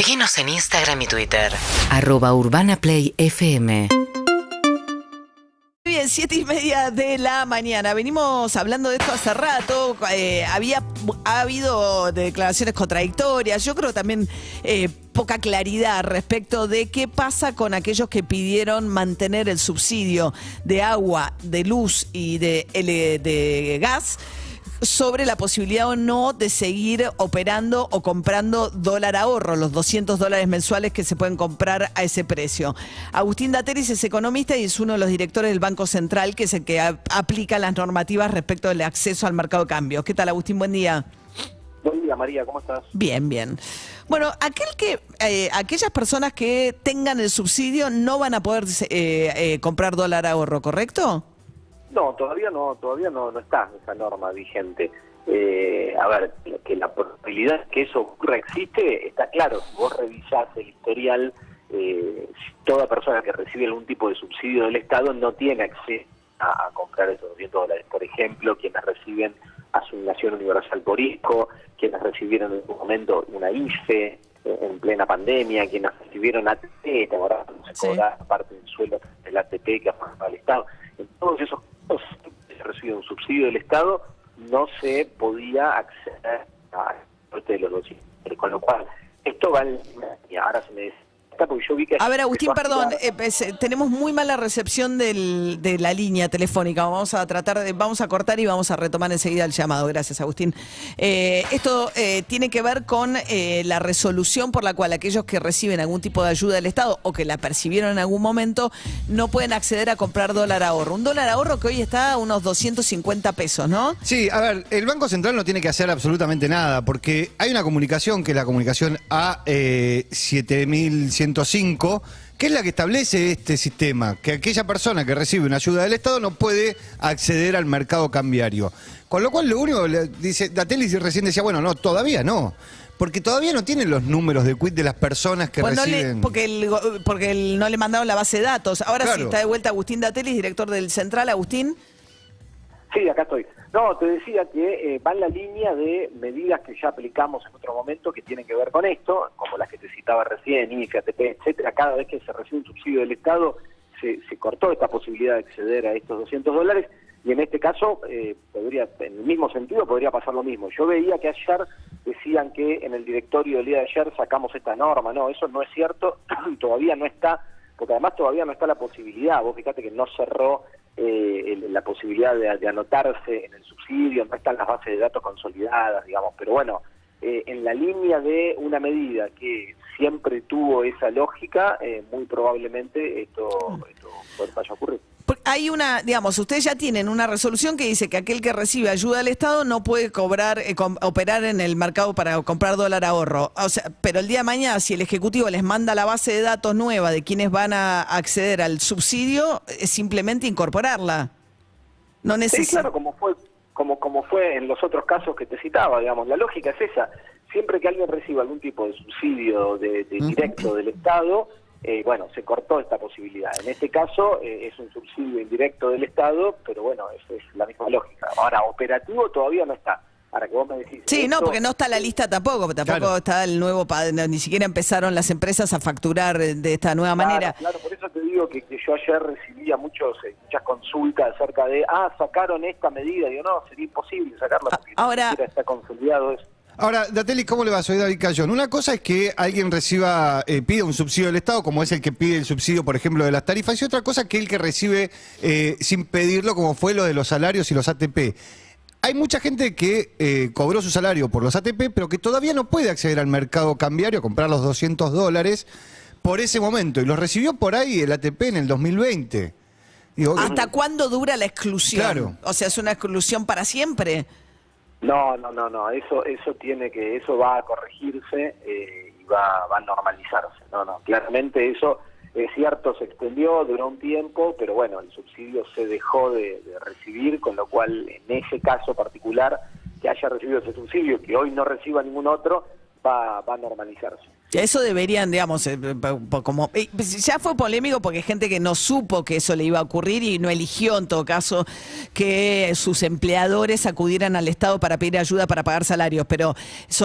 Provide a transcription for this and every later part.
Seguinos en Instagram y Twitter. @UrbanaPlayFM. Bien, 7:30 de la mañana. Venimos hablando de esto hace rato. Ha habido declaraciones contradictorias. Yo creo también poca claridad respecto de qué pasa con aquellos que pidieron mantener el subsidio de agua, de luz y de gas, sobre la posibilidad o no de seguir operando o comprando dólar ahorro, los $200 mensuales que se pueden comprar a ese precio. Agustín Dateris es economista y es uno de los directores del Banco Central, que es el que aplica las normativas respecto del acceso al mercado de cambios. ¿Qué tal, Agustín? Buen día. Buen día, María, ¿cómo estás? Bien, bien. Bueno, aquellas personas que tengan el subsidio no van a poder comprar dólar ahorro, ¿correcto? No, todavía no está esa norma vigente. A ver, que la probabilidad que eso ocurra existe, está claro. Si vos revisás el historial, toda persona que recibe algún tipo de subsidio del Estado no tiene acceso a comprar esos $200. Por ejemplo, quienes reciben asignación universal por hijo, quienes recibieron en su momento una IFE en plena pandemia, quienes recibieron ATP, ¿te acordás? Se cobra parte del sueldo del ATP que aporta al Estado. En todos esos casos, si se recibe un subsidio del Estado, no se podía acceder a parte de los $200. Con lo cual, esto va en y ahora se me dice, porque yo vi que... A ver, Agustín, perdón, tenemos muy mala recepción de la línea telefónica. Vamos a cortar y vamos a retomar enseguida el llamado. Gracias, Agustín. Esto tiene que ver con la resolución por la cual aquellos que reciben algún tipo de ayuda del Estado o que la percibieron en algún momento no pueden acceder a comprar dólar ahorro. Un dólar ahorro que hoy está a unos 250 pesos, ¿no? Sí, a ver, el Banco Central no tiene que hacer absolutamente nada porque hay una comunicación que es la comunicación A7105, que es la que establece este sistema, que aquella persona que recibe una ayuda del Estado no puede acceder al mercado cambiario. Con lo cual lo único que dice, Datelis recién decía, bueno, no, todavía no, porque todavía no tienen los números de quit de las personas que reciben. Porque no le mandaron la base de datos. Ahora Claro. sí está de vuelta Agustín Datelis, director del Central. Agustín. Sí, acá estoy. No, te decía que va en la línea de medidas que ya aplicamos en otro momento que tienen que ver con esto, como las que te citaba recién, IFE, ATP, etcétera. Cada vez que se recibe un subsidio del Estado, se cortó esta posibilidad de acceder a estos $200, y en este caso, en el mismo sentido, podría pasar lo mismo. Yo veía que ayer decían que en el directorio del día de ayer sacamos esta norma. No, eso no es cierto, todavía no está, porque además todavía no está la posibilidad. Vos fíjate que no cerró la posibilidad de anotarse en el subsidio, no están las bases de datos consolidadas, digamos, pero bueno, en la línea de una medida que siempre tuvo esa lógica, muy probablemente esto vaya a ocurrir. Hay ustedes ya tienen una resolución que dice que aquel que recibe ayuda del Estado no puede operar en el mercado para comprar dólar ahorro. O sea, pero el día de mañana, si el Ejecutivo les manda la base de datos nueva de quienes van a acceder al subsidio, es simplemente incorporarla. No necesita. Sí, claro, como fue en los otros casos que te citaba, digamos, la lógica es esa. Siempre que alguien reciba algún tipo de subsidio directo del Estado, bueno, se cortó esta posibilidad. En este caso es un subsidio indirecto del Estado, pero bueno, es la misma lógica. Ahora, operativo todavía no está. Ahora que vos me decís... Sí, no, porque no está la lista tampoco Claro. está el nuevo, ni siquiera empezaron las empresas a facturar de esta nueva manera. Claro, por eso te digo que yo ayer recibía muchas consultas acerca de, sacaron esta medida. Digo, no, sería imposible sacarla porque Ahora- ni siquiera está consolidado eso. Ahora, Datelis, ¿cómo le va? Soy David Cayón. Una cosa es que alguien pide un subsidio del Estado, como es el que pide el subsidio, por ejemplo, de las tarifas, y otra cosa que el que recibe sin pedirlo, como fue lo de los salarios y los ATP. Hay mucha gente que cobró su salario por los ATP, pero que todavía no puede acceder al mercado cambiario, a comprar los $200 por ese momento, y los recibió por ahí el ATP en el 2020. Digo, ¿Hasta cuándo dura la exclusión? Claro. O sea, ¿es una exclusión para siempre? No, eso va a corregirse y va a normalizarse. No, claramente eso es cierto, se extendió, duró un tiempo, pero bueno, el subsidio se dejó de recibir, con lo cual en ese caso particular, que haya recibido ese subsidio, que hoy no reciba ningún otro, va a normalizarse. Eso deberían, digamos, como ya fue polémico porque hay gente que no supo que eso le iba a ocurrir y no eligió, en todo caso, que sus empleadores acudieran al Estado para pedir ayuda para pagar salarios, pero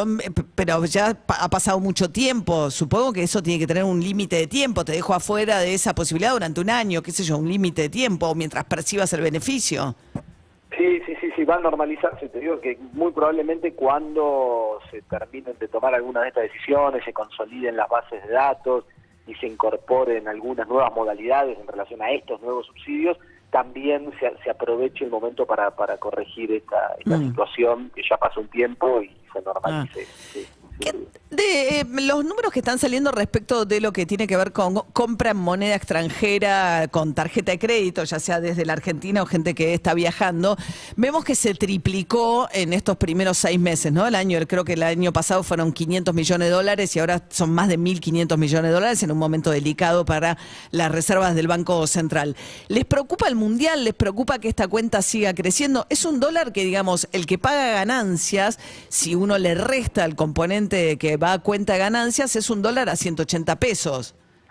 ya ha pasado mucho tiempo. Supongo que eso tiene que tener un límite de tiempo. Te dejo afuera de esa posibilidad durante un año, qué sé yo, un límite de tiempo mientras percibas el beneficio. Sí, va a normalizarse. Te digo que muy probablemente cuando se terminen de tomar algunas de estas decisiones, se consoliden las bases de datos y se incorporen algunas nuevas modalidades en relación a estos nuevos subsidios, también se aproveche el momento para corregir esta situación que ya pasó un tiempo y se normalice. Sí. De los números que están saliendo respecto de lo que tiene que ver con compra en moneda extranjera con tarjeta de crédito, ya sea desde la Argentina o gente que está viajando, vemos que se triplicó en estos primeros 6 meses, ¿no? Creo que el año pasado fueron 500 millones de dólares y ahora son más de 1.500 millones de dólares en un momento delicado para las reservas del Banco Central. ¿Les preocupa el Mundial? ¿Les preocupa que esta cuenta siga creciendo? Es un dólar que, digamos, el que paga ganancias, si uno le resta el componente que va a cuenta de ganancias, es un dólar a 180 pesos.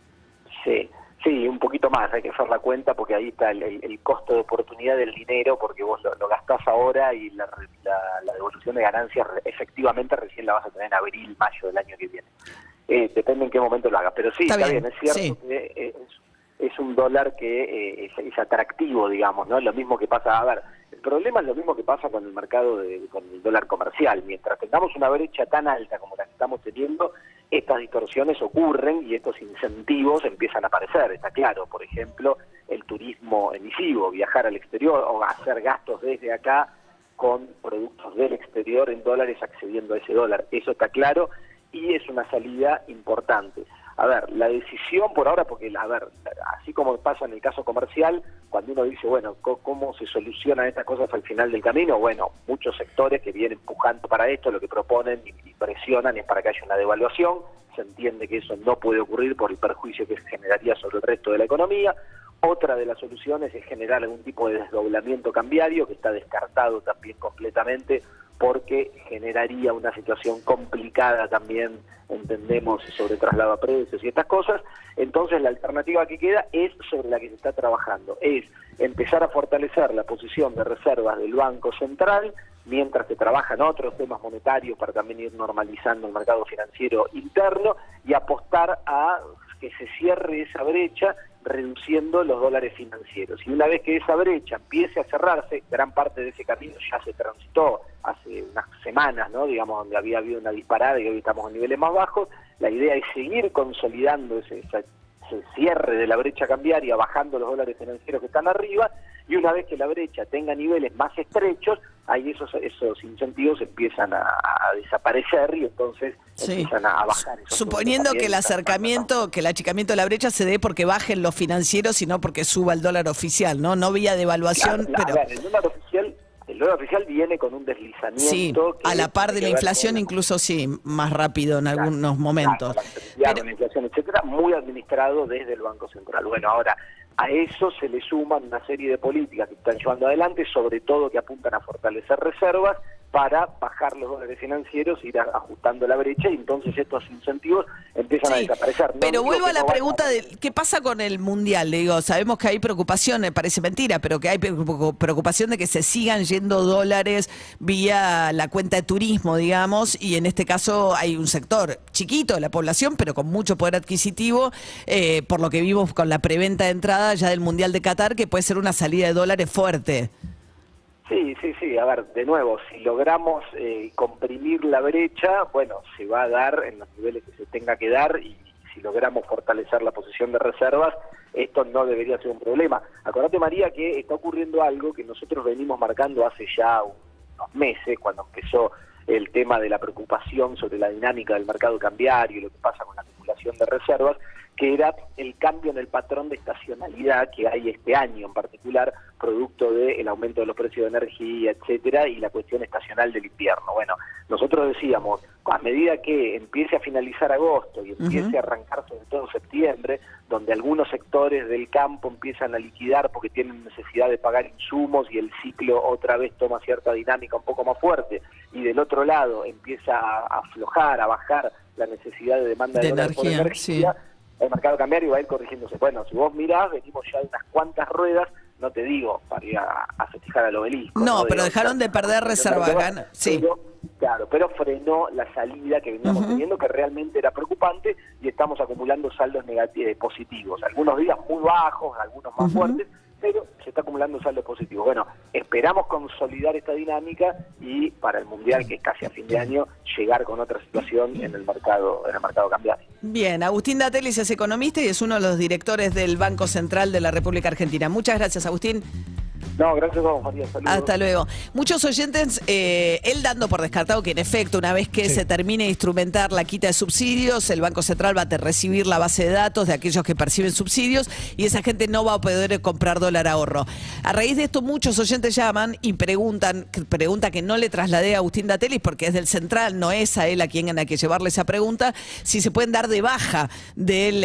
Sí, un poquito más, hay que hacer la cuenta porque ahí está el costo de oportunidad del dinero, porque vos lo gastás ahora y la devolución de ganancias efectivamente recién la vas a tener en abril, mayo del año que viene. Depende en qué momento lo hagas, pero sí, está bien, es cierto que es un dólar que es atractivo, digamos, ¿no? Lo mismo que pasa, a ver, el problema es lo mismo que pasa con el mercado, con el dólar comercial. Mientras tengamos una brecha tan alta como la que estamos teniendo, estas distorsiones ocurren y estos incentivos empiezan a aparecer, está claro. Por ejemplo, el turismo emisivo, viajar al exterior o hacer gastos desde acá con productos del exterior en dólares accediendo a ese dólar. Eso está claro y es una salida importante. A ver, la decisión por ahora, porque, a ver, así como pasa en el caso comercial, cuando uno dice, bueno, ¿cómo se solucionan estas cosas al final del camino? Bueno, muchos sectores que vienen empujando para esto, lo que proponen y presionan es para que haya una devaluación. Se entiende que eso no puede ocurrir por el perjuicio que se generaría sobre el resto de la economía. Otra de las soluciones es generar algún tipo de desdoblamiento cambiario, que está descartado también completamente, porque generaría una situación complicada también, entendemos, sobre traslado a precios y estas cosas. Entonces la alternativa que queda es sobre la que se está trabajando, es empezar a fortalecer la posición de reservas del Banco Central, mientras se trabajan otros temas monetarios para también ir normalizando el mercado financiero interno y apostar a que se cierre esa brecha reduciendo los dólares financieros. Y una vez que esa brecha empiece a cerrarse, gran parte de ese camino ya se transitó hace unas semanas, ¿no? Digamos, donde había habido una disparada y hoy estamos en niveles más bajos. La idea es seguir consolidando ese cierre de la brecha cambiaria, bajando los dólares financieros que están arriba, y una vez que la brecha tenga niveles más estrechos, ahí esos incentivos empiezan a desaparecer y entonces empiezan a bajar. Suponiendo que el acercamiento, que el achicamiento de la brecha se dé porque bajen los financieros y no porque suba el dólar oficial, ¿no? No vía devaluación, claro, pero... El dólar oficial viene con un deslizamiento. Sí, a la par de la inflación, incluso más rápido en algunos momentos. Claro, la inflación, etcétera, muy administrado desde el Banco Central. Bueno, ahora, a eso se le suman una serie de políticas que están llevando adelante, sobre todo que apuntan a fortalecer reservas para bajar los dólares financieros, ir ajustando la brecha, y entonces estos incentivos empiezan a desaparecer. Pero vuelvo a la pregunta de qué pasa con el Mundial. Le digo, sabemos que hay preocupación, parece mentira, pero que hay preocupación de que se sigan yendo dólares vía la cuenta de turismo, digamos, y en este caso hay un sector chiquito de la población, pero con mucho poder adquisitivo, por lo que vimos con la preventa de entrada ya del Mundial de Qatar, que puede ser una salida de dólares fuerte. Sí, a ver, de nuevo, si logramos comprimir la brecha, bueno, se va a dar en los niveles que se tenga que dar, y si logramos fortalecer la posición de reservas, esto no debería ser un problema. Acordate, María, que está ocurriendo algo que nosotros venimos marcando hace ya unos meses, cuando empezó el tema de la preocupación sobre la dinámica del mercado cambiario y lo que pasa con la acumulación de reservas, que era el cambio en el patrón de estacionalidad que hay este año en particular, producto del aumento de los precios de energía, etcétera, y la cuestión estacional del invierno. Bueno, nosotros decíamos, a medida que empiece a finalizar agosto y empiece a arrancar sobre todo septiembre, donde algunos sectores del campo empiezan a liquidar porque tienen necesidad de pagar insumos y el ciclo otra vez toma cierta dinámica un poco más fuerte, y del otro lado empieza a aflojar, a bajar la necesidad de demanda de dólares por energía, sí. El mercado cambiario va a ir corrigiéndose. Bueno, si vos mirás, venimos ya de unas cuantas ruedas, no te digo para ir a festejar al obelisco. No, pero dejaron de perder reserva. Sí. Claro, pero frenó la salida que veníamos teniendo, que realmente era preocupante, y estamos acumulando saldos negativos, positivos. Algunos días muy bajos, algunos más fuertes, pero se está acumulando saldos positivos. Bueno, esperamos consolidar esta dinámica y para el Mundial, que es casi a fin de año, llegar con otra situación en el mercado cambiario. Bien, Agustín Datelis es economista y es uno de los directores del Banco Central de la República Argentina. Muchas gracias, Agustín. No, gracias a vos, María. Saludos. Hasta luego. Muchos oyentes, él dando por descartado que en efecto, una vez que se termine de instrumentar la quita de subsidios, el Banco Central va a recibir la base de datos de aquellos que perciben subsidios y esa gente no va a poder comprar dólar ahorro. A raíz de esto, muchos oyentes llaman y pregunta que no le trasladé a Agustín Datelis porque es del Central, no es a él a quien hay que llevarle esa pregunta, si se pueden dar de baja del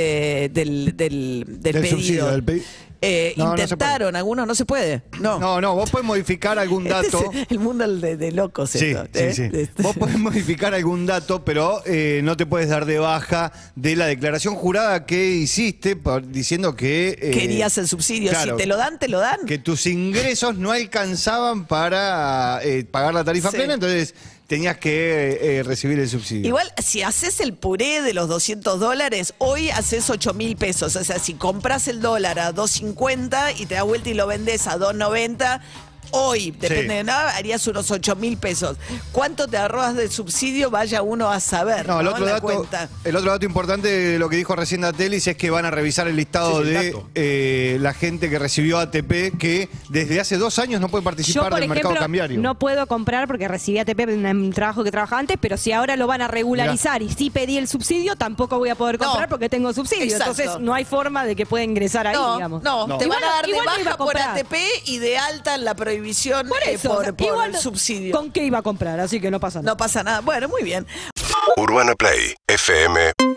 pedido. Subsidio, del pedido. Intentaron, algunos no se puede. No, vos podés modificar algún dato. Es el mundo de locos. Sí. Vos podés modificar algún dato, pero no te puedes dar de baja de la declaración jurada que hiciste diciendo que... querías el subsidio. Claro, si te lo dan, te lo dan. Que tus ingresos no alcanzaban para pagar la tarifa plena, entonces... tenías que recibir el subsidio. Igual, si haces el puré de los $200, hoy haces 8.000 pesos. O sea, si compras el dólar a 2.50 y te da vuelta y lo vendes a 2.90... hoy, depende de nada, harías unos 8.000 pesos. ¿Cuánto te ahorras de subsidio? Vaya uno a saber. El otro dato importante de lo que dijo recién Datelis es que van a revisar el listado de la gente que recibió ATP, que desde hace 2 años no puede participar del mercado cambiario. No puedo comprar porque recibí ATP en un trabajo que trabajaba antes, pero si ahora lo van a regularizar y sí pedí el subsidio, tampoco voy a poder comprar porque tengo subsidio. Exacto. Entonces no hay forma de que pueda ingresar ahí, digamos. No, te van a dar de baja por ATP y de alta en la prohibición por eso, por el subsidio. ¿Con qué iba a comprar? Así que no pasa nada. No pasa nada. Bueno, muy bien. UrbanaPlay FM